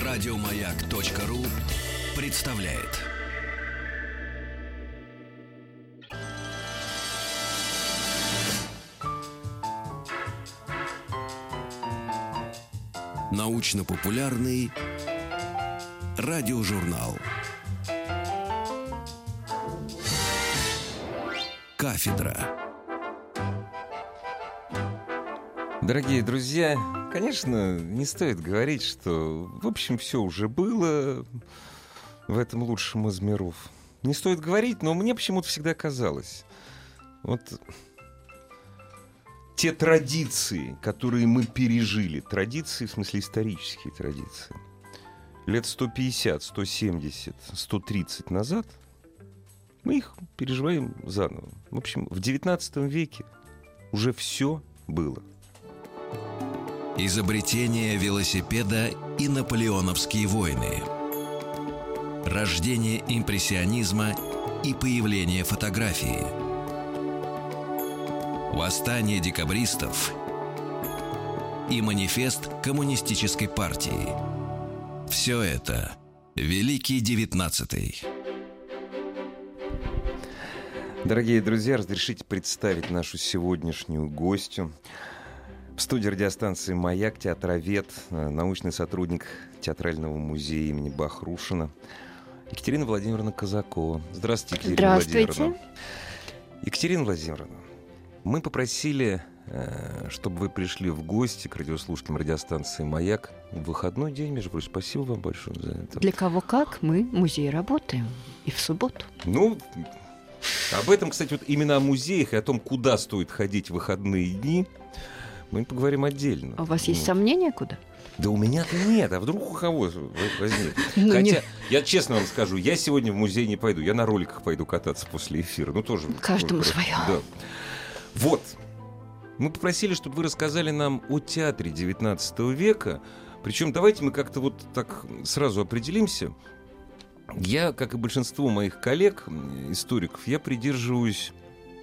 Радиомаяк.ру представляет. Научно-популярный радиожурнал. Кафедра. Дорогие друзья, конечно, не стоит говорить, что, в общем, все уже было в этом лучшем из миров. Не стоит говорить, но мне почему-то всегда казалось, вот те традиции, которые мы пережили, традиции, в смысле исторические традиции, лет 150, 170, 130 назад, мы их переживаем заново. В общем, в XIX веке уже все было. Изобретение велосипеда и наполеоновские войны. Рождение импрессионизма и появление фотографии. Восстание декабристов и манифест коммунистической партии. Все это Великий XIX. Дорогие друзья, разрешите представить нашу сегодняшнюю гостью. В студии радиостанции «Маяк» театровед, научный сотрудник Театрального музея имени Бахрушина Екатерина Владимировна Казакова. Здравствуйте, Екатерина Владимировна. Екатерина Владимировна, мы попросили, чтобы вы пришли в гости к радиослушателям радиостанции «Маяк» в выходной день, между прочим. Спасибо вам большое за это. Для кого как, мы в музее работаем. И в субботу. Ну, об этом, кстати, вот именно о музеях и о том, куда стоит ходить в выходные дни, мы поговорим отдельно. А у вас есть сомнения, куда? Да у меня-то нет, а вдруг у кого возникнет? Хотя, я честно вам скажу, я сегодня в музей не пойду, я на роликах пойду кататься после эфира. Ну, тоже. Каждому свое. Да. Вот. Мы попросили, чтобы вы рассказали нам о театре XIX века. Причем давайте мы как-то вот так сразу определимся. Я, как и большинство моих коллег, историков, я придерживаюсь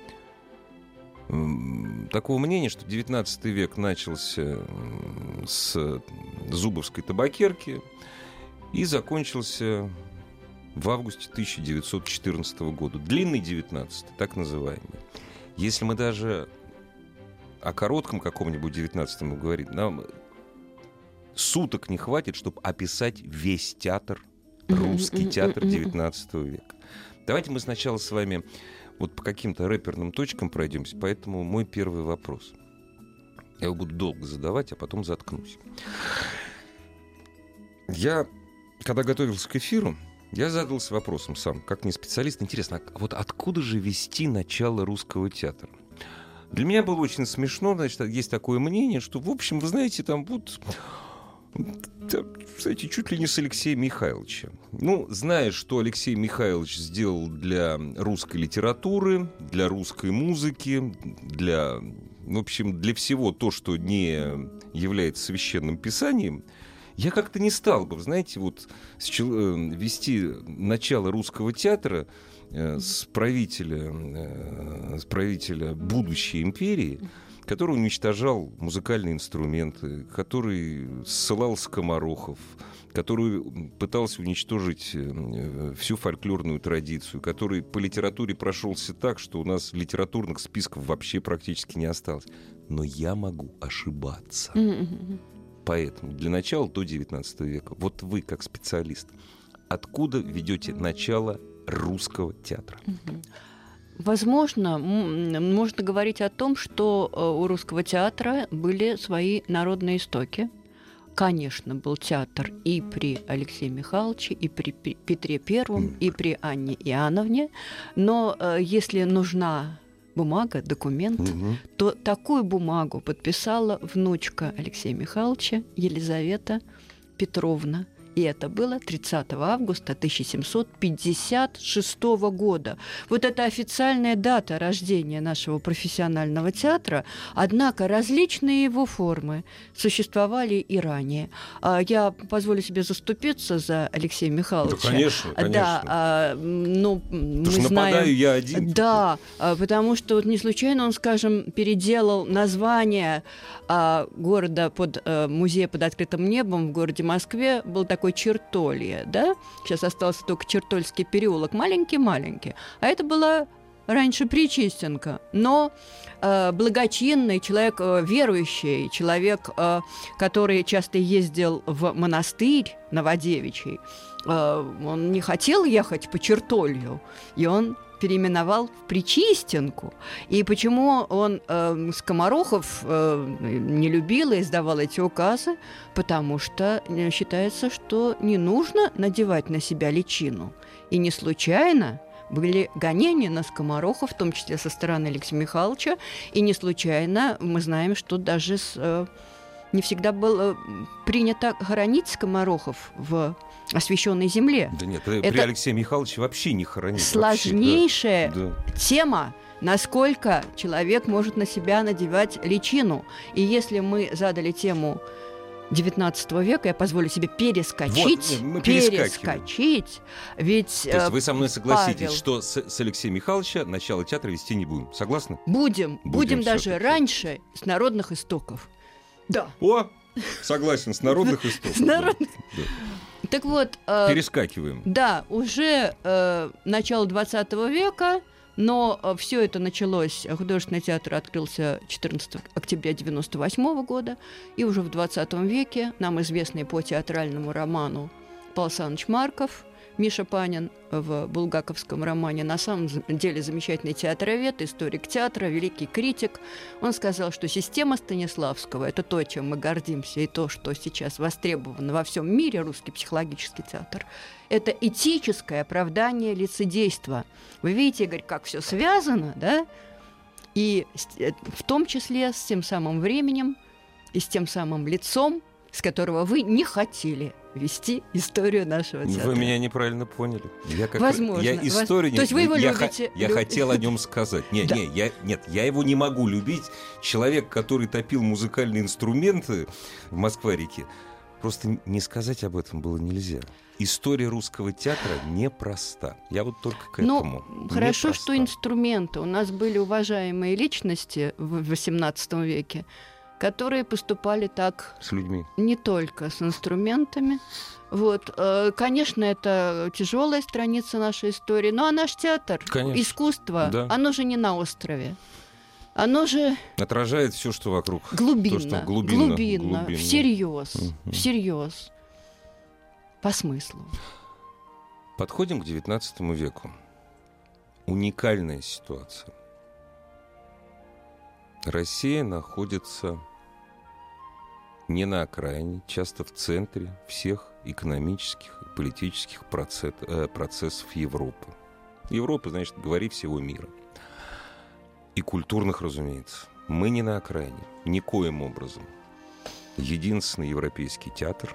такого мнения, что XIX век начался с Зубовской табакерки и закончился в августе 1914 года. Длинный 19, так называемый. Если мы даже о коротком каком-нибудь 19-м говорим, нам суток не хватит, чтобы описать весь театр, русский театр XIX века. Давайте мы сначала с вами вот по каким-то рэперным точкам пройдемся, поэтому мой первый вопрос. Я его буду долго задавать, а потом заткнусь. Я, когда готовился к эфиру, я задался вопросом сам, как не специалист. Интересно, а вот откуда же вести начало русского театра? Для меня было очень смешно, значит, есть такое мнение, что, в общем, вы знаете, там вот... Кстати, чуть ли не с Алексея Михайловича. Ну, зная, что Алексей Михайлович сделал для русской литературы, для русской музыки, для, в общем, для всего то, что не является священным писанием, я как-то не стал бы, знаете, вот вести начало русского театра с правителя будущей империи, который уничтожал музыкальные инструменты, который ссылал скоморохов, который пытался уничтожить всю фольклорную традицию, который по литературе прошелся так, что у нас литературных списков вообще практически не осталось. Но я могу ошибаться. Поэтому для начала до XIX века, вот вы, как специалист, откуда ведете начало русского театра? Возможно, можно говорить о том, что у русского театра были свои народные истоки. Конечно, был театр и при Алексее Михайловиче, и при Петре Первом, и при Анне Иоанновне. Но если нужна бумага, документ, то такую бумагу подписала внучка Алексея Михайловича Елизавета Петровна. И это было 30 августа 1756 года. Вот это официальная дата рождения нашего профессионального театра. Однако различные его формы существовали и ранее. Я позволю себе заступиться за Алексея Михайловича. Да, конечно, конечно. Да, ну, мы знаем... нападаю я один. Да, потому что вот не случайно он, скажем, переделал название города музея под открытым небом в городе Москве. Был такой такое Чертолье, да? Сейчас остался только Чертольский переулок, маленький-маленький. А это была раньше Причистенка, но благочинный человек, верующий, человек, который часто ездил в монастырь Новодевичий, он не хотел ехать по Чертолью, и он переименовал в Причистенку. И почему он скоморохов не любил и издавал эти указы? Потому что считается, что не нужно надевать на себя личину. И не случайно были гонения на скоморохов, в том числе со стороны Алексея Михайловича, и не случайно мы знаем, что даже не всегда было принято хоронить скоморохов в освященной земле. Да нет, при Алексее Михайловиче вообще не хоронить. Сложнейшая тема, насколько человек может на себя надевать личину. И если мы задали тему XIX века, я позволю себе перескочить. Вот, перескочить. Ведь то есть вы со мной согласитесь, Павел, что с Алексея Михайловича начало театра вести не будем. Согласны? Будем даже раньше, с народных истоков. Да. О, согласен, с народных истоков. Так вот... Перескакиваем. Да, уже начало XX века, но все это началось, художественный театр открылся 14 октября 1998 года, и уже в XX веке нам известный по театральному роману Павел Александрович Марков, Миша Панин в булгаковском романе, на самом деле замечательный театровед, историк театра, великий критик. Он сказал, что система Станиславского – это то, чем мы гордимся, и то, что сейчас востребовано во всем мире, русский психологический театр, это этическое оправдание лицедейства. Вы видите, Игорь, как все связано, да? И в том числе с тем самым временем и с тем самым лицом, с которого вы не хотели вести историю нашего театра. Вы меня неправильно поняли. Возможно. Я историю То есть вы его любите? Я хотел о нем сказать. Нет, я его не могу любить. Человек, который топил музыкальные инструменты в Москва-реке, просто не сказать об этом было нельзя. История русского театра непроста. Я вот только к этому. Хорошо, что инструменты. У нас были уважаемые личности в XVIII веке, которые поступали так с людьми, не только с инструментами. Вот. Конечно, это тяжелая страница нашей истории, но наш театр, искусство, да, оно же не на острове. Оно же отражает все, что вокруг. Глубинно, всерьез, по смыслу. Подходим к XIX веку. Уникальная ситуация. Россия находится не на окраине, часто в центре всех экономических и политических процессов Европы. Европа, значит, говори всего мира. И культурных, разумеется. Мы не на окраине, никоим образом. Единственный европейский театр,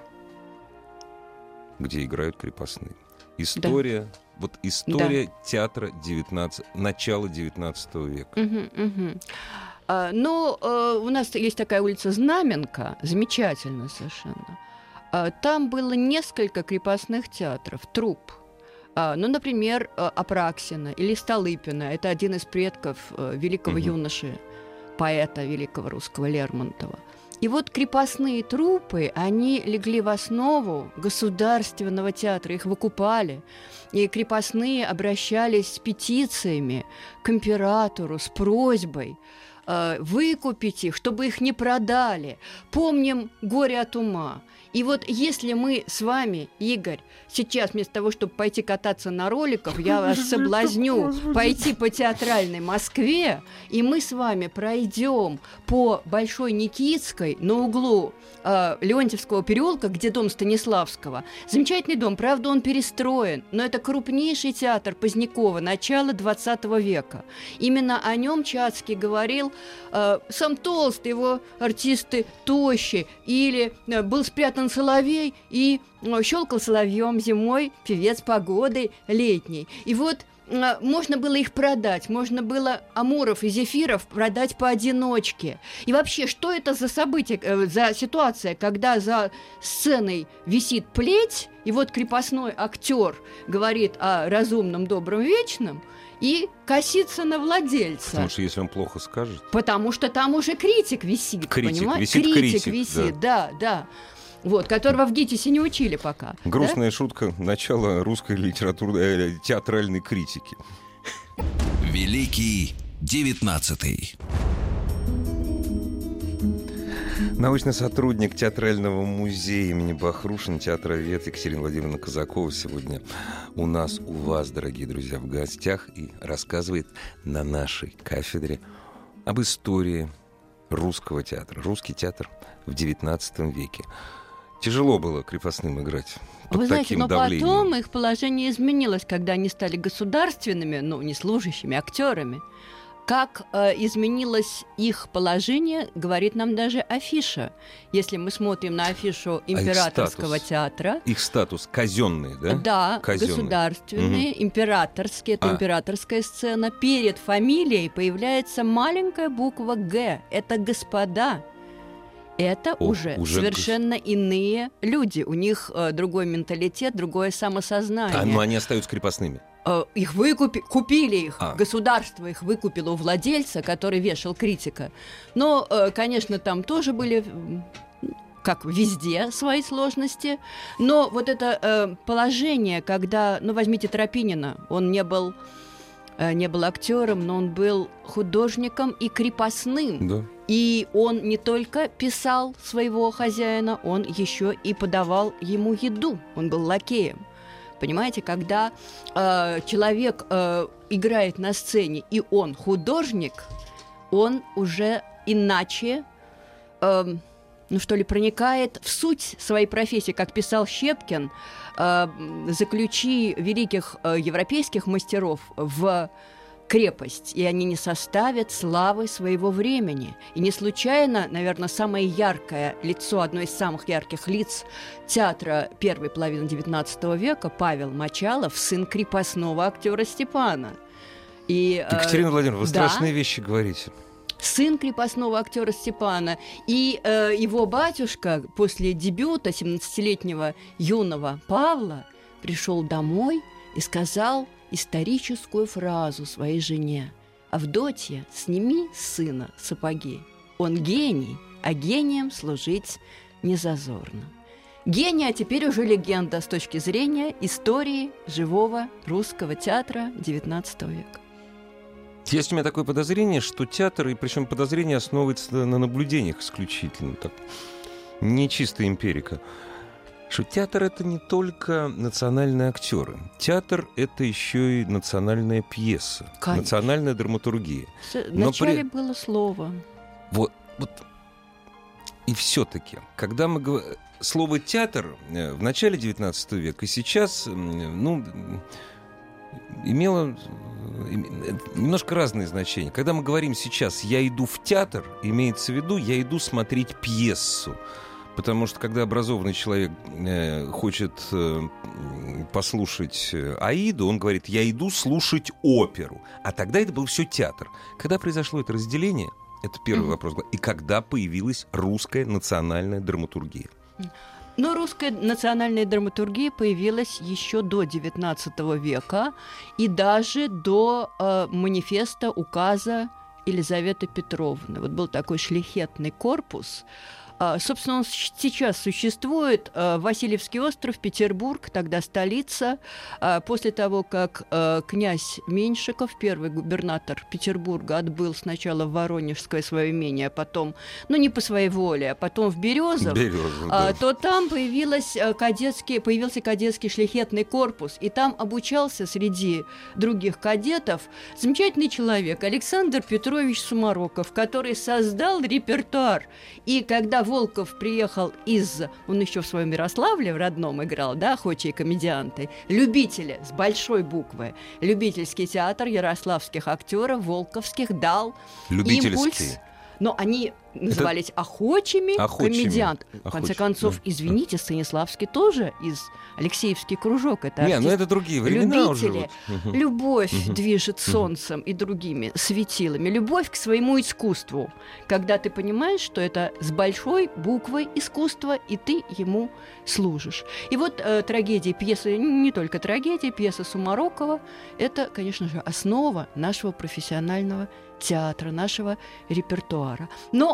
где играют крепостные. История театра начала XIX века. Но у нас есть такая улица Знаменка, замечательно совершенно. Там было несколько крепостных театров, труп. Например, Апраксина или Столыпина. Это один из предков великого юноши, поэта великого русского Лермонтова. И вот крепостные труппы, они легли в основу государственного театра, их выкупали. И крепостные обращались с петициями к императору с просьбой выкупить их, чтобы их не продали. Помним «Горе от ума». И вот если мы с вами, Игорь, сейчас вместо того, чтобы пойти кататься на роликах, я вас соблазню пойти по театральной Москве, и мы с вами пройдем по Большой Никитской на углу Леонтьевского переулка, где дом Станиславского. Замечательный дом, правда, он перестроен, но это крупнейший театр Позднякова начала XX века. Именно о нем Чацкий говорил: сам толстый, его артисты тощие, или был спрятан соловей и щелкал соловьем зимой певец погоды летней. И вот можно было их продать, можно было Амуров и Зефиров продать поодиночке. И вообще, что это за событие, за ситуация, когда за сценой висит плеть, и вот крепостной актер говорит о разумном, добром, вечном, и косится на владельца. Потому что если он плохо скажет. Потому что там уже критик висит, понимаете? Критик висит, да. Вот, которого в ГИТИСе не учили пока. Грустная шутка начала русской театральной критики. Великий 19. Научный сотрудник Театрального музея имени Бахрушина, театровед Екатерина Владимировна Казакова сегодня у нас, у вас, дорогие друзья, в гостях и рассказывает на нашей кафедре об истории русского театра. Русский театр в XIX веке. Тяжело было крепостным играть под Вы знаете, таким но давлением. потом их положение изменилось, когда они стали государственными, ну, не служащими, актерами. Как изменилось их положение, говорит нам даже афиша. Если мы смотрим на афишу Императорского театра. Их статус казенный, да? Да, казенный. Государственные, императорские, это императорская сцена. Перед фамилией появляется маленькая буква «Г». Это господа. Это уже совершенно иные люди. У них другой менталитет, другое самосознание. Но они остаются крепостными. Их купили их, государство их выкупило у владельца, который вешал критика. Но, конечно, там тоже были, как везде, свои сложности. Но вот это положение, когда, ну, возьмите Тропинина, он не был актером, но он был художником и крепостным. Да. И он не только писал своего хозяина, он еще и подавал ему еду. Он был лакеем. Понимаете, когда человек играет на сцене, и он художник, он уже иначе, проникает в суть своей профессии. Как писал Щепкин, заключи великих европейских мастеров в крепость, и они не составят славы своего времени. И не случайно, наверное, самое яркое лицо, одно из самых ярких лиц театра первой половины XIX века, Павел Мочалов, сын крепостного актера Степана. Екатерина Владимировна, вы страшные вещи говорите. Сын крепостного актера Степана. И его батюшка после дебюта 17-летнего юного Павла пришел домой и сказал историческую фразу своей жене: «Авдотья, сними с сына сапоги. Он гений, а гением служить не зазорно». Гений, а теперь уже легенда с точки зрения истории живого русского театра XIX века. Есть у меня такое подозрение, что театр, и причем подозрение основывается на наблюдениях исключительно, так, не чисто эмпирика, что театр — это не только национальные актеры. Театр — это еще и национальная пьеса, конечно, национальная драматургия. Вначале было слово. Вот. И все-таки, когда мы говорим... Слово «театр» в начале XIX века и сейчас, имело немножко разные значения. Когда мы говорим сейчас «я иду в театр», имеется в виду «я иду смотреть пьесу». Потому что когда образованный человек хочет послушать Аиду, он говорит: я иду слушать оперу. А тогда это был все театр. Когда произошло это разделение, это первый вопрос. И когда появилась русская национальная драматургия? Но русская национальная драматургия появилась еще до XIX века и даже до манифеста, указа Елизаветы Петровны. Вот был такой шляхетный корпус. Собственно, он сейчас существует. Васильевский остров, Петербург, тогда столица. После того, как князь Меньшиков, первый губернатор Петербурга, отбыл сначала в Воронежское свое имение, а потом, не по своей воле, а потом в Березов, да, то там появился кадетский шляхетный корпус. И там обучался среди других кадетов замечательный человек Александр Петрович Сумароков, который создал репертуар. И когда Волков приехал он еще в своем Ярославле в родном играл, да, охочие комедианты, любители с большой буквы, любительский театр ярославских актеров волковских дал импульс. Но они назывались охочими комедиантами. В конце концов, извините, Станиславский тоже из Алексеевский кружок. Это это другие времена любители. Уже. Любовь движет солнцем и другими светилами. Любовь к своему искусству. Когда ты понимаешь, что это с большой буквы искусство, и ты ему служишь. И вот трагедия пьесы, не только трагедия, пьеса Сумарокова, это, конечно же, основа нашего профессионального театра, нашего репертуара. Но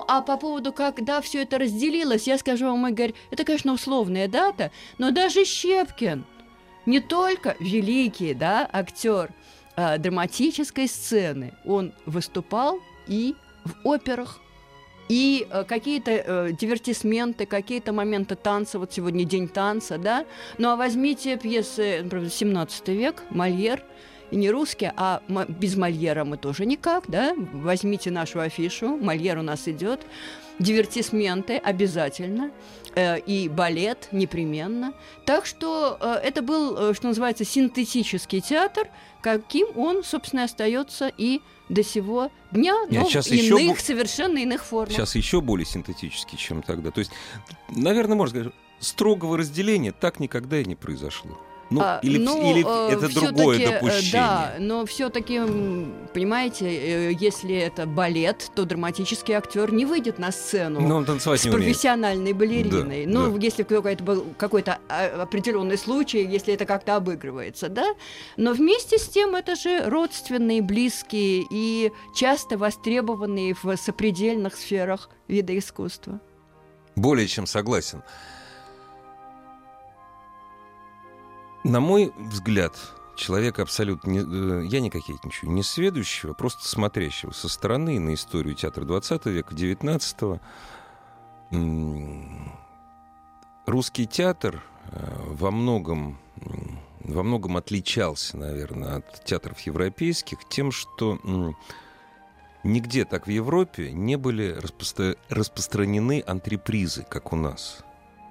а по поводу, когда все это разделилось, я скажу вам, Игорь, это, конечно, условная дата, но даже Щепкин, не только великий, да, актер драматической сцены, он выступал и в операх, и какие-то дивертисменты, какие-то моменты танца, вот сегодня день танца, да. Ну а возьмите пьесы, например, 17 век, Мольер, и не русские, а без Мольера мы тоже никак, да. Возьмите нашу афишу, Мольер у нас идет, дивертисменты обязательно, и балет непременно. Так что это был, что называется, синтетический театр, каким он, собственно, остается и до сего дня, но в иных, совершенно иных формах. Сейчас еще более синтетический, чем тогда. То есть, наверное, можно сказать, строгого разделения так никогда и не произошло. Или это другое допущение? Да, но все-таки, понимаете, если это балет, то драматический актер не выйдет на сцену с профессиональной балериной. Да, ну, да. Если это был какой-то определенный случай, если это как-то обыгрывается, да. Но вместе с тем это же родственные, близкие и часто востребованные в сопредельных сферах вида искусства. Более чем согласен. На мой взгляд, человека абсолютно, я не кокетничаю, не сведущего, просто смотрящего со стороны на историю театра 20 века, 19-го, русский театр во многом отличался, наверное, от театров европейских тем, что нигде так в Европе не были распространены антрепризы, как у нас.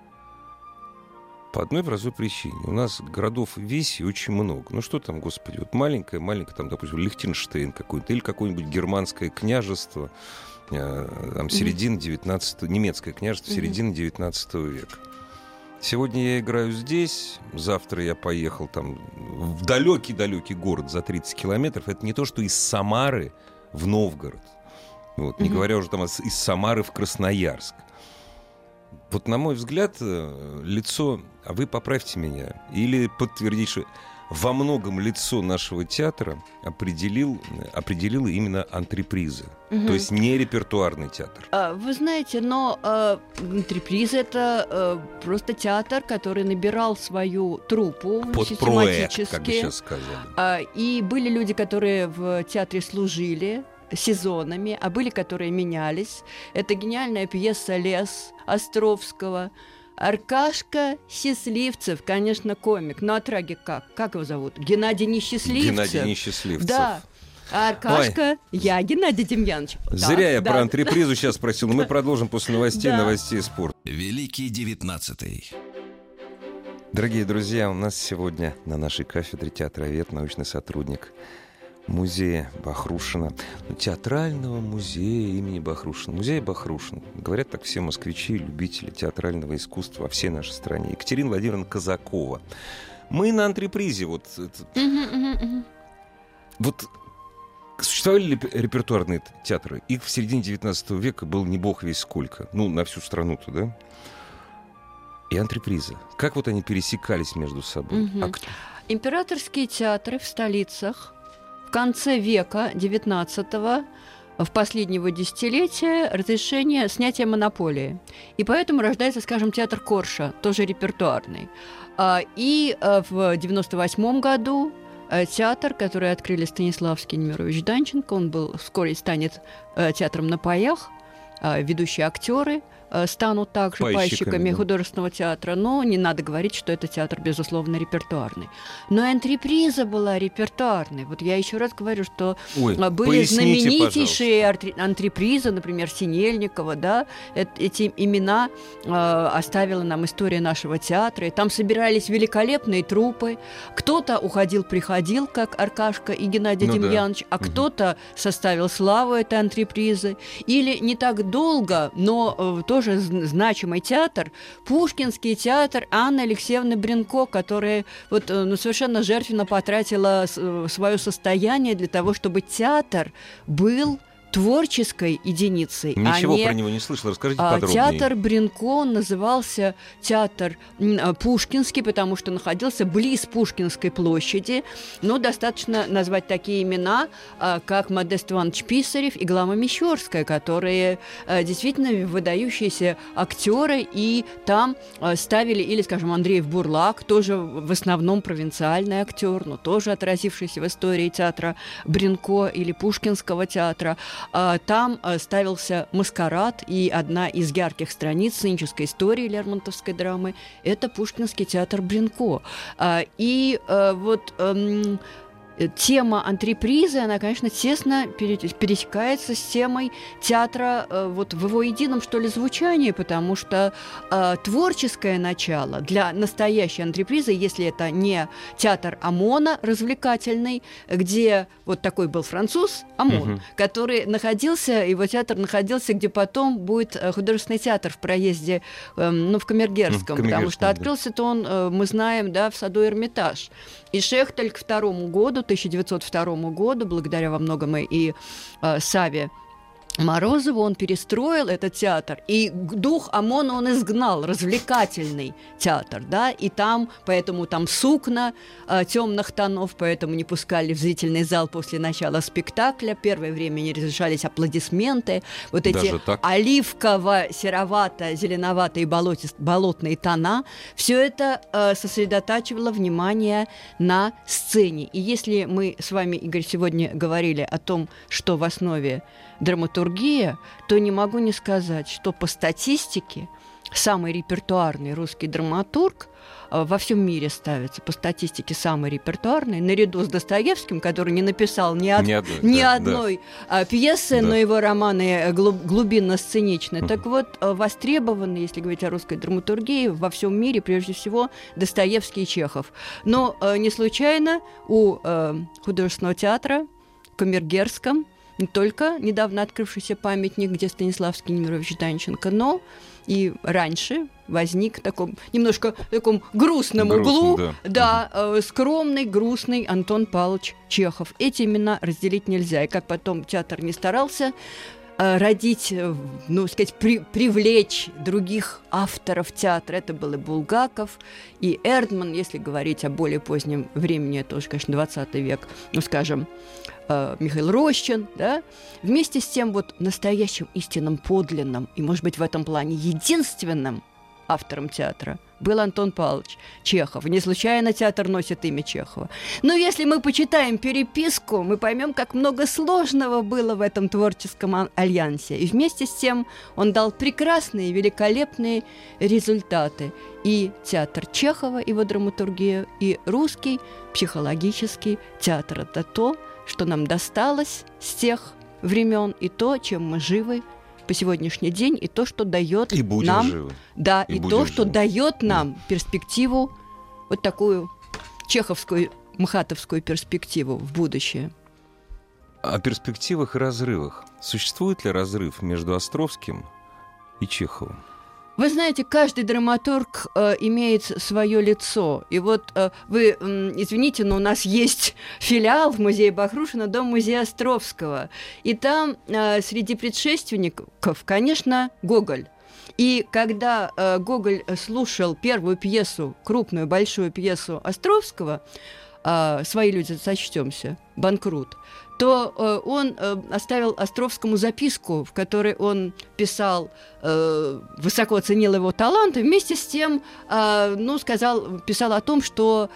По одной простой причине. У нас городов весей очень много. Ну что там, господи, вот маленькое, там, допустим, Лихтенштейн какой-то, или какое-нибудь германское княжество, там, середины 19-го, немецкое княжество, середины 19 века. Сегодня я играю здесь, завтра я поехал там в далекий-далекий город за 30 километров. Это не то, что из Самары в Новгород. Вот, не говоря уже там из Самары в Красноярск. Вот, на мой взгляд, лицо, а вы поправьте меня, или подтвердите, что во многом лицо нашего театра определило именно антрепризы. То есть не репертуарный театр. Вы знаете, но антрепризы — это просто театр, который набирал свою труппу под проект, как бы сейчас сказали. И были люди, которые в театре служили сезонами, а были, которые менялись. Это гениальная пьеса «Лес» Островского. Аркашка Счастливцев, конечно, комик. Ну, а трагик как? Как его зовут? Геннадий Несчастливцев. Геннадий Несчастливцев. Да. А Аркашка, я Геннадий Демьянович. Зря я про антрепризу сейчас спросил, но мы продолжим после новостей спорта. Великий 19-й. Дорогие друзья, у нас сегодня на нашей кафедре театровед, научный сотрудник музея Бахрушина, театрального музея имени Бахрушина. Музей Бахрушина. Говорят так все москвичи, любители театрального искусства во всей нашей стране. Екатерина Владимировна Казакова. Мы на антрепризе. Вот существовали ли репертуарные театры? Их в середине 19 века было не бог весь сколько. Ну, на всю страну-то, да? И антрепризы. Как вот они пересекались между собой? Императорские театры в столицах в конце века XIX, в последнего десятилетия, разрешение снятия монополии. И поэтому рождается, скажем, театр Корша, тоже репертуарный. И в 1998 году театр, который открыли Станиславский и Немирович Данченко, он вскоре станет театром на паях, ведущие актеры станут также пайщиками художественного театра. Но не надо говорить, что это театр, безусловно, репертуарный. Но антреприза была репертуарной. Вот я еще раз говорю, что были знаменитейшие антрепризы, например, Синельникова, да, эти имена оставила нам история нашего театра. И там собирались великолепные труппы. Кто-то уходил-приходил, как Аркашка и Геннадий Демьянович, а кто-то составил славу этой антрепризы. Или не так долго, но тоже значимый театр, Пушкинский театр Анны Алексеевны Бренко, которая совершенно жертвенно потратила свое состояние для того, чтобы театр был творческой единицей. Ничего про него не слышал, расскажите подробнее. Театр Бренко назывался театр Пушкинский, потому что находился близ Пушкинской площади, но достаточно назвать такие имена, как Модест Иванович Писарев и Глама Мещерская, которые действительно выдающиеся актеры, и там ставили, или, скажем, Андреев Бурлак, тоже в основном провинциальный актер, но тоже отразившийся в истории театра Бренко или Пушкинского театра. Там ставился «Маскарад», и одна из ярких страниц сценической истории лермонтовской драмы – это Пушкинский театр Бренко. И вот тема антрепризы, она, конечно, тесно пересекается с темой театра вот в его едином, что ли, звучании, потому что творческое начало для настоящей антрепризы, если это не театр Амона развлекательный, где вот такой был француз Амон, который находился, его театр находился, где потом будет художественный театр в проезде, в Камергерском, потому что открылся-то он, мы знаем, да, в саду Эрмитаж. И Шехтель к 1902 году, благодаря во многом и Саве Морозову, он перестроил этот театр, и дух Амона он изгнал, развлекательный театр, да, и там, поэтому там сукна темных тонов, поэтому не пускали в зрительный зал после начала спектакля, первое время не разрешались аплодисменты, вот эти оливково-серовато-зеленоватые болотные тона, все это сосредотачивало внимание на сцене. И если мы с вами, Игорь, сегодня говорили о том, что в основе драматургия, то не могу не сказать, что по статистике самый репертуарный русский драматург во всем мире ставится, по статистике самый репертуарный, наряду с Достоевским, который не написал ни одной пьесы, но его романы глубинно-сценичны. Так вот, востребованы, если говорить о русской драматургии, во всем мире, прежде всего, Достоевский и Чехов. Но не случайно у художественного театра в Камергерском не только недавно открывшийся памятник, где Станиславский Немирович Данченко, но и раньше возник в таком немножко таком грустном углу, скромный, грустный Антон Павлович Чехов. Эти имена разделить нельзя. И как потом театр не старался родить, привлечь других авторов театра. Это был и Булгаков, и Эрдман, если говорить о более позднем времени, это уже, конечно, 20 век, Михаил Рощин, да? Вместе с тем вот настоящим, истинным, подлинным и, может быть, в этом плане единственным автором театра был Антон Павлович Чехов. Не случайно театр носит имя Чехова. Но если мы почитаем переписку, мы поймем, как много сложного было в этом творческом альянсе. И вместе с тем он дал прекрасные, великолепные результаты. И театр Чехова, его драматургия, и русский психологический театр. Это то, что нам досталось с тех времен, и то, чем мы живы по сегодняшний день, и то, что дает нам, живы. Да, и то, что дает нам перспективу, вот такую чеховскую, мхатовскую перспективу в будущее. О перспективах и разрывах. Существует ли разрыв между Островским и Чеховым? Вы знаете, каждый драматург имеет свое лицо. И вот вы, извините, но у нас есть филиал в музее Бахрушина, Дом-музей Островского. И там среди предшественников, конечно, Гоголь. И когда Гоголь слушал первую пьесу, крупную, большую пьесу Островского, «Свои люди, сочтёмся», «Банкрут», то он оставил Островскому записку, в которой он писал, высоко оценил его талант, и вместе с тем писал о том, что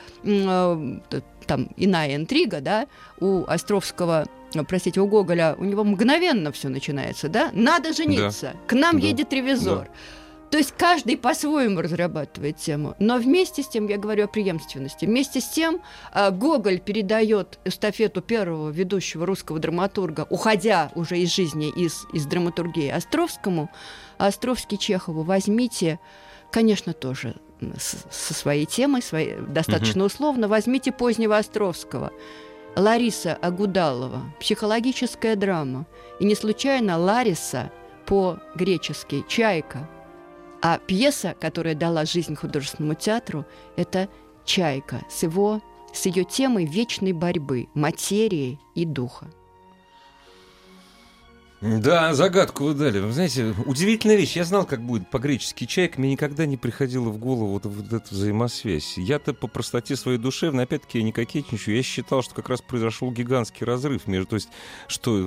там иная интрига, да, у Островского, у Гоголя, у него мгновенно все начинается, да, надо жениться, к нам едет ревизор. То есть каждый по-своему разрабатывает тему. Но вместе с тем, я говорю о преемственности, вместе с тем Гоголь передает эстафету первого ведущего русского драматурга, уходя уже из жизни, из драматургии Островскому, а Островский Чехову возьмите, конечно, тоже со своей темой, достаточно условно, возьмите позднего Островского. Лариса Агудалова, психологическая драма. И не случайно Лариса по-гречески «чайка». А пьеса, которая дала жизнь художественному театру, это «Чайка» с ее темой вечной борьбы, материи и духа. Да, загадку вы дали. Вы знаете, удивительная вещь. Я знал, как будет по-гречески чайка, мне никогда не приходило в голову вот эта взаимосвязь. Я-то по простоте своей душевной, опять-таки, я не кокетничаю, я считал, что как раз произошел гигантский разрыв между, то есть, что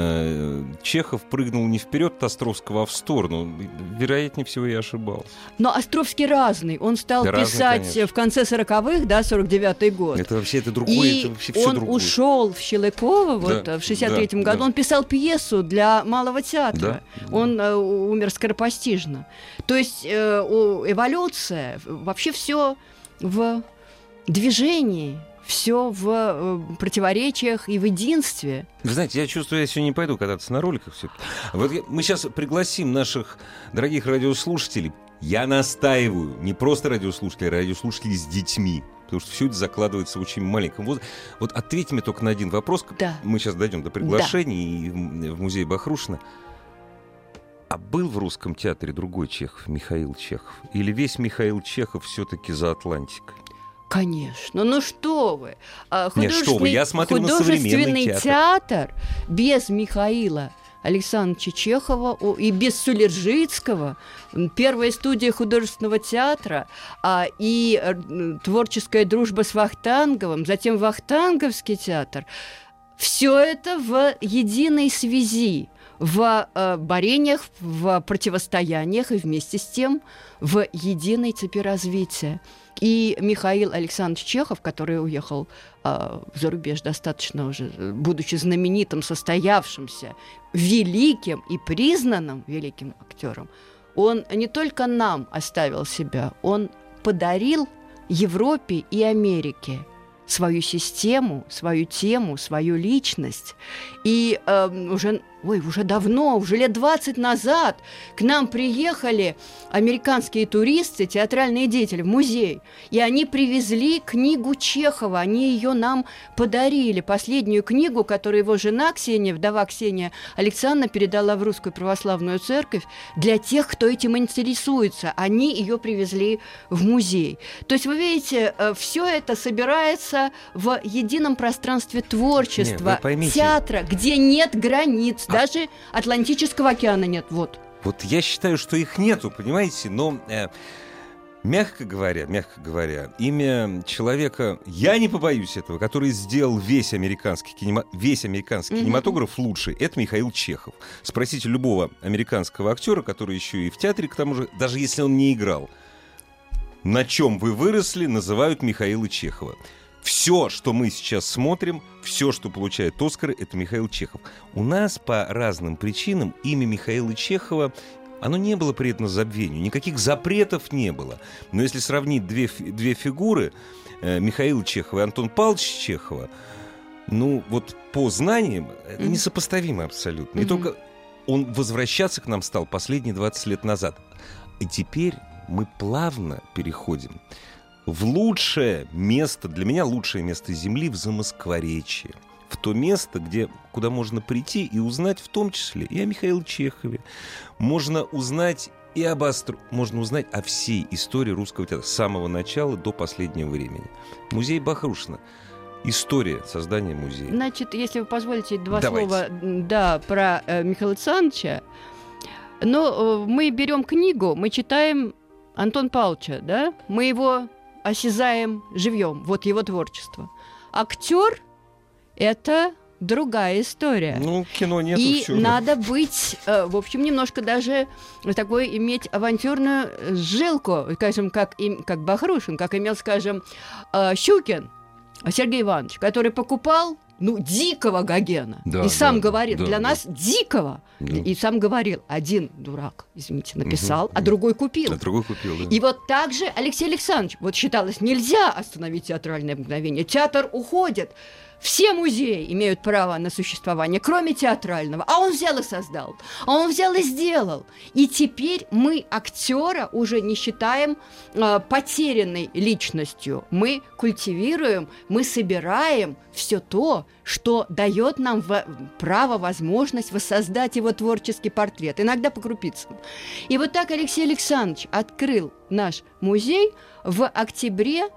Чехов прыгнул не вперед от Островского, а в сторону. Вероятнее всего, я ошибался. Но Островский разный. Он стал писать разный, в конце 40-х, да, 49-й год. Это вообще это другое. И это вообще все он другое. Ушел в Щелыково вот, в 63-м году. Да. Он писал пьесу для Малого театра. Да. Он умер скоропостижно. То есть эволюция, вообще все в движении, все в противоречиях и в единстве. Вы знаете, я чувствую, я сегодня не пойду кататься на роликах. Вот мы сейчас пригласим наших дорогих радиослушателей. Я настаиваю, не просто радиослушателей, а радиослушателей с детьми. Потому что все это закладывается в очень маленьком возрасте. Вот ответьте мне только на один вопрос. Да. Мы сейчас дойдем до приглашений в музей Бахрушина. А был в русском театре другой Чехов, Михаил Чехов? Или весь Михаил Чехов все-таки за Атлантикой? Конечно. Ну что вы? Нет, что вы? Я смотрю на современный театр без Михаила Александровича Чехова и без Сулержицкого, первая студия художественного театра, и творческая дружба с Вахтанговым, затем Вахтанговский театр. Все это в единой связи, в борениях, в противостояниях и вместе с тем в единой цепи развития. И Михаил Александрович Чехов, который уехал за рубеж достаточно уже, будучи знаменитым, состоявшимся, великим и признанным великим актером, он не только нам оставил себя, он подарил Европе и Америке свою систему, свою тему, свою личность. И уже давно, уже лет 20 назад к нам приехали американские туристы, театральные деятели в музей, и они привезли книгу Чехова, они ее нам подарили, последнюю книгу, которую его жена Ксения, вдова Ксения Александровна, передала в Русскую Православную Церковь для тех, кто этим интересуется. Они ее привезли в музей. То есть, вы видите, все это собирается в едином пространстве творчества, театра, где нет границ, даже Атлантического океана нет. Вот я считаю, что их нету, понимаете, но мягко говоря, имя человека, я не побоюсь этого, который сделал весь американский кинематограф лучше, это Михаил Чехов. Спросите любого американского актера, который еще и в театре, к тому же, даже если он не играл, на чем вы выросли, называют Михаила Чехова. Все, что мы сейчас смотрим, все, что получает Оскары, это Михаил Чехов. У нас по разным причинам имя Михаила Чехова, оно не было предано забвению, никаких запретов не было. Но если сравнить две фигуры, Михаила Чехова и Антон Павловича Чехова, по знаниям, это несопоставимо абсолютно. И только он возвращаться к нам стал последние 20 лет назад. И теперь мы плавно переходим в лучшее место, для меня лучшее место Земли, в Замоскворечье. В то место, куда можно прийти и узнать в том числе и о Михаиле Чехове. Можно узнать можно узнать о всей истории русского театра с самого начала до последнего времени. Музей Бахрушина. История создания музея. Значит, если вы позволите два слова про Михаила Александровича. Мы берем книгу, мы читаем Антона Павловича, да? Мы его осязаем живьем, вот его творчество. Актер — это другая история. Кино нету. И надо быть, в общем, немножко даже такой иметь авантюрную жилку, скажем, как Бахрушин, как имел, скажем, Щукин Сергей Иванович, который покупал дикого Гогена. И сам говорил, для нас дикого. И сам говорил, один дурак, извините, написал, а другой купил. И вот так же Алексей Александрович. Вот считалось, нельзя остановить театральное мгновение. Театр уходит. Все музеи имеют право на существование, кроме театрального. А он взял и создал. А он взял и сделал. И теперь мы актера уже не считаем потерянной личностью. Мы культивируем, мы собираем все то, что дает нам право, возможность воссоздать его творческий портрет. Иногда по крупицам. И вот так Алексей Александрович открыл наш музей в октябре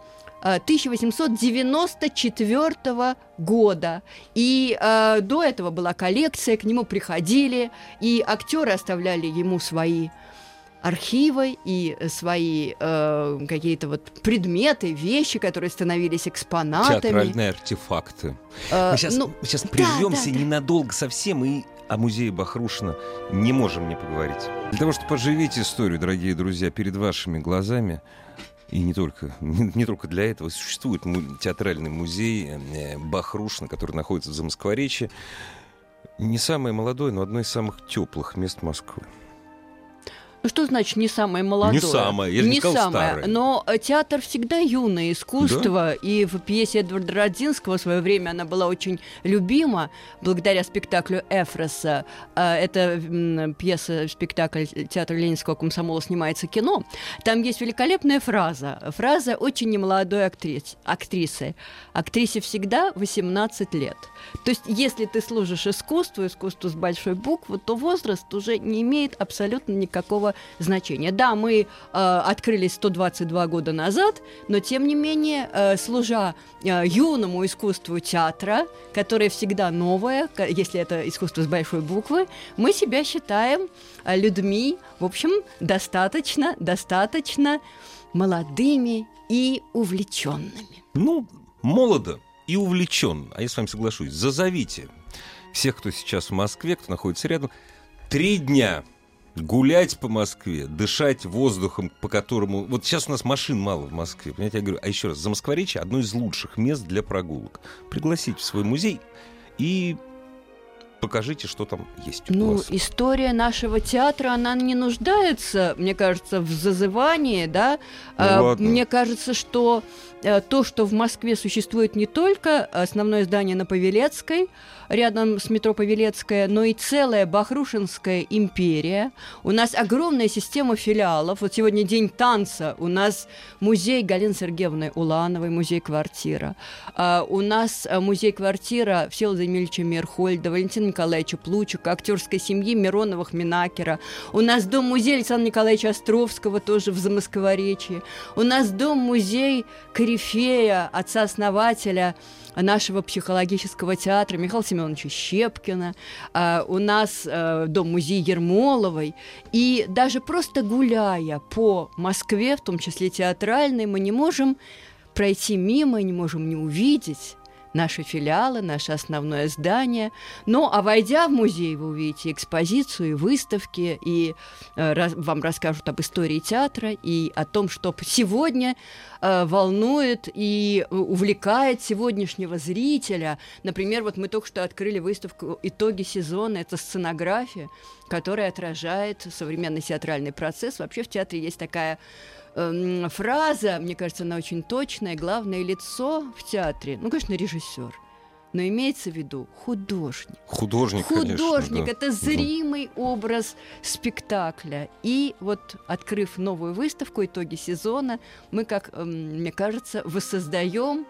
1894 года. И до этого была коллекция, к нему приходили, и актеры оставляли ему свои архивы и свои какие-то вот предметы, вещи, которые становились экспонатами. Театральные артефакты. Мы сейчас прервемся ненадолго совсем и о музее Бахрушина не можем не поговорить. Для того, чтобы оживить историю, дорогие друзья, перед вашими глазами, и не только для этого, существует театральный музей Бахрушина, который находится в Замоскворечье. Не самое молодое, но одно из самых теплых мест Москвы. Ну, что значит не самое молодое? Не самое, я же не сказал старое. Но театр всегда юное искусство, да? И в пьесе Эдварда Радзинского в свое время она была очень любима, благодаря спектаклю «Эфроса». Это пьеса-спектакль театра Ленинского комсомола «Снимается кино». Там есть великолепная фраза. Фраза очень немолодой актрисы. Актрисе всегда 18 лет. То есть, если ты служишь искусству с большой буквы, то возраст уже не имеет абсолютно никакого значения. Да, мы открылись 122 года назад, но, тем не менее, служа юному искусству театра, которое всегда новое, если это искусство с большой буквы, мы себя считаем людьми, в общем, достаточно молодыми и увлеченными. Ну, молодо и увлечен. А я с вами соглашусь. Зазовите всех, кто сейчас в Москве, кто находится рядом, 3 дня гулять по Москве, дышать воздухом, по которому... Вот сейчас у нас машин мало в Москве, понимаете? Я говорю, а еще раз, Замоскворечье — одно из лучших мест для прогулок. Пригласите в свой музей и покажите, что там есть. Ну, история нашего театра, она не нуждается, мне кажется, в зазывании, да? Мне кажется, что то, что в Москве существует не только основное здание на Павелецкой, рядом с метро Павелецкая, но и целая Бахрушинская империя. У нас огромная система филиалов. Вот сегодня день танца. У нас музей Галины Сергеевны Улановой, музей-квартира. У нас музей-квартира Всеволода Емельевича Мейерхольда, Валентина Николаевича Плучика, актерской семьи Мироновых-Минакера. У нас дом-музей Александра Николаевича Островского, тоже в Замоскворечье. У нас дом-музей корифея, отца-основателя нашего психологического театра Михаила Семеновича Щепкина. У нас дом-музей Ермоловой. И даже просто гуляя по Москве, в том числе театральной, мы не можем пройти мимо, не можем не увидеть наши филиалы, наше основное здание. Ну, а войдя в музей, вы увидите экспозицию, выставки, и вам расскажут об истории театра и о том, что сегодня волнует и увлекает сегодняшнего зрителя. Например, вот мы только что открыли выставку «Итоги сезона». Это сценография, которая отражает современный театральный процесс. Вообще в театре есть такая фраза, мне кажется, она очень точная. Главное лицо в театре, ну, конечно, режиссер, но имеется в виду художник. Художник, конечно, да. Это зримый образ спектакля. И вот, открыв новую выставку «Итоги сезона», мы, как мне кажется, воссоздаем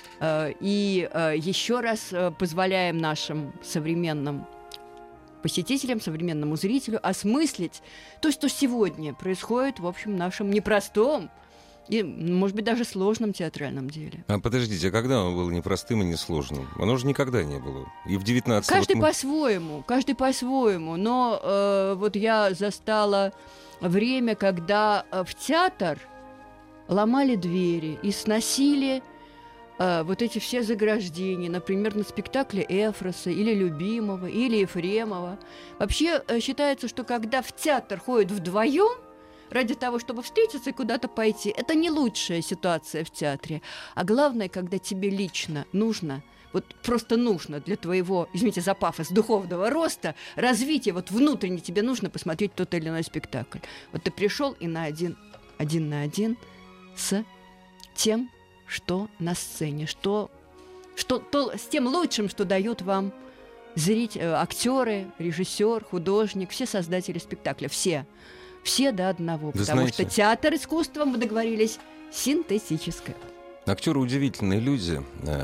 и еще раз позволяем нашим современным посетителям, современному зрителю осмыслить то, что сегодня происходит в общем нашем непростом и, может быть, даже сложном театральном деле. А подождите, а когда оно было непростым и несложным? Оно же никогда не было. И в 19 каждый по-своему. Но вот я застала время, когда в театр ломали двери и сносили вот эти все заграждения, например, на спектакле Эфроса или Любимого, или Ефремова. Вообще считается, что когда в театр ходят вдвоем ради того, чтобы встретиться и куда-то пойти, это не лучшая ситуация в театре. А главное, когда тебе лично нужно, вот просто нужно для твоего, извините за пафос, духовного роста, развития, вот внутренне тебе нужно посмотреть тот или иной спектакль. Вот ты пришел и один на один с тем, что на сцене, что с тем лучшим, что дают вам актеры, режиссер, художник, все создатели спектакля, все до одного, потому что театр искусства, мы договорились, синтетическое. Актеры удивительные люди.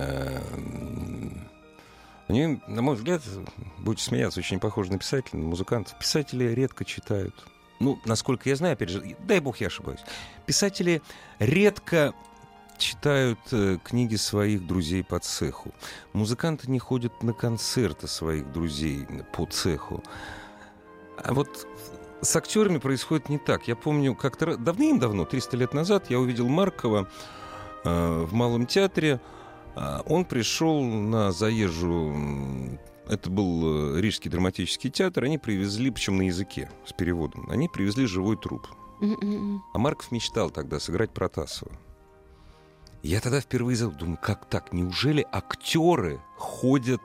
Они, на мой взгляд, будете смеяться, очень похожи на писателей, на музыкантов. Писатели редко читают. Ну, насколько я знаю, опять же, дай бог я ошибаюсь. Писатели редко читают книги своих друзей по цеху. Музыканты не ходят на концерты своих друзей по цеху. А вот с актерами происходит не так. Я помню, как-то давным-давно, 300 лет назад, я увидел Маркова в Малом театре. Он пришел на заезжую... Это был Рижский драматический театр. Они привезли, причем на языке, с переводом, они привезли живой труп. А Марков мечтал тогда сыграть Протасова. Я тогда впервые думаю, как так? Неужели актеры ходят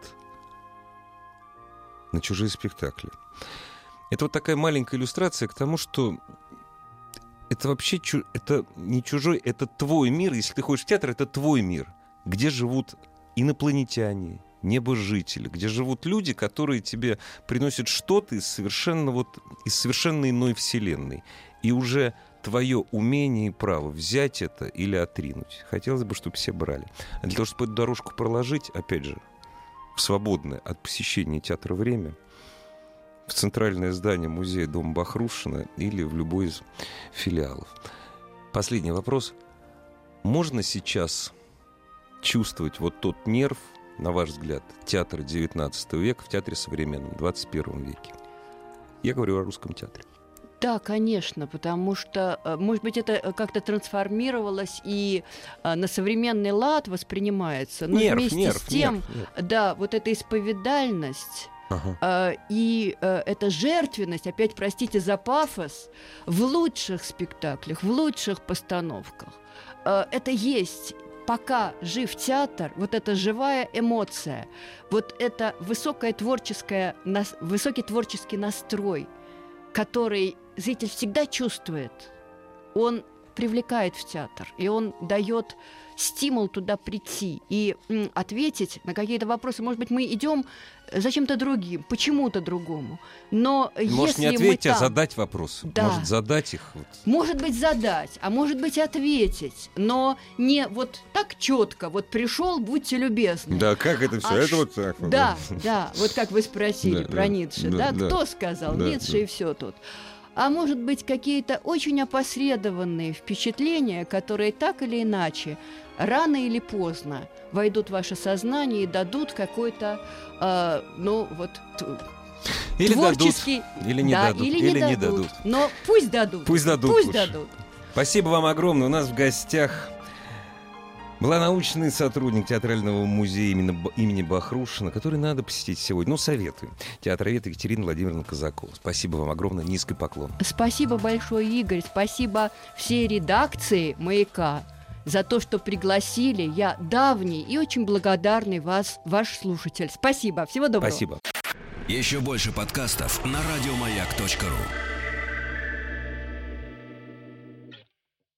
на чужие спектакли? Это вот такая маленькая иллюстрация к тому, что это вообще это не чужой, это твой мир. Если ты ходишь в театр, это твой мир, где живут инопланетяне, небожители, где живут люди, которые тебе приносят что-то из совершенно иной вселенной. И уже твое умение и право взять это или отринуть. Хотелось бы, чтобы все брали. А для того, чтобы эту дорожку проложить, опять же, в свободное от посещения театра время, в центральное здание музея Дома Бахрушина или в любой из филиалов. Последний вопрос. Можно сейчас чувствовать вот тот нерв, на ваш взгляд, театра XIX века в театре современном, в 21 веке? Я говорю о русском театре. Да, конечно, потому что, может быть, это как-то трансформировалось и на современный лад воспринимается, но вместе с тем, да, вот эта исповедальность и эта жертвенность, опять простите за пафос, в лучших спектаклях, в лучших постановках, это есть. Пока жив театр, вот эта живая эмоция, вот это высокий творческий настрой, который зритель всегда чувствует, он привлекает в театр, и он дает стимул туда прийти и ответить на какие-то вопросы. Может быть, мы идем за чем-то другим, почему-то другому. Но может, если не ответить, мы там... а задать вопросы. Да. Может, задать их. Вот. Может быть, задать, а может быть, ответить. Но не вот так четко. Вот пришел, будьте любезны. Да, как это все? Это вот так. Да, да. Вот как вы спросили про Ницше. Да, да. Кто сказал? Да, Ницше и все тут. А может быть, какие-то очень опосредованные впечатления, которые так или иначе, рано или поздно войдут в ваше сознание и дадут какой-то, или творческий... дадут, или не дадут, или не дадут. Но пусть дадут. Пусть дадут. Пусть дадут. Спасибо вам огромное. У нас в гостях была научный сотрудник театрального музея имени Бахрушина, который надо посетить сегодня. Советую. Театровед Екатерина Владимировна Казакова. Спасибо вам огромное. Низкий поклон. Спасибо большое, Игорь. Спасибо всей редакции «Маяка» за то, что пригласили. Я давний и очень благодарный ваш слушатель. Спасибо. Всего доброго. Спасибо. Еще больше подкастов на радиомаяк.ру.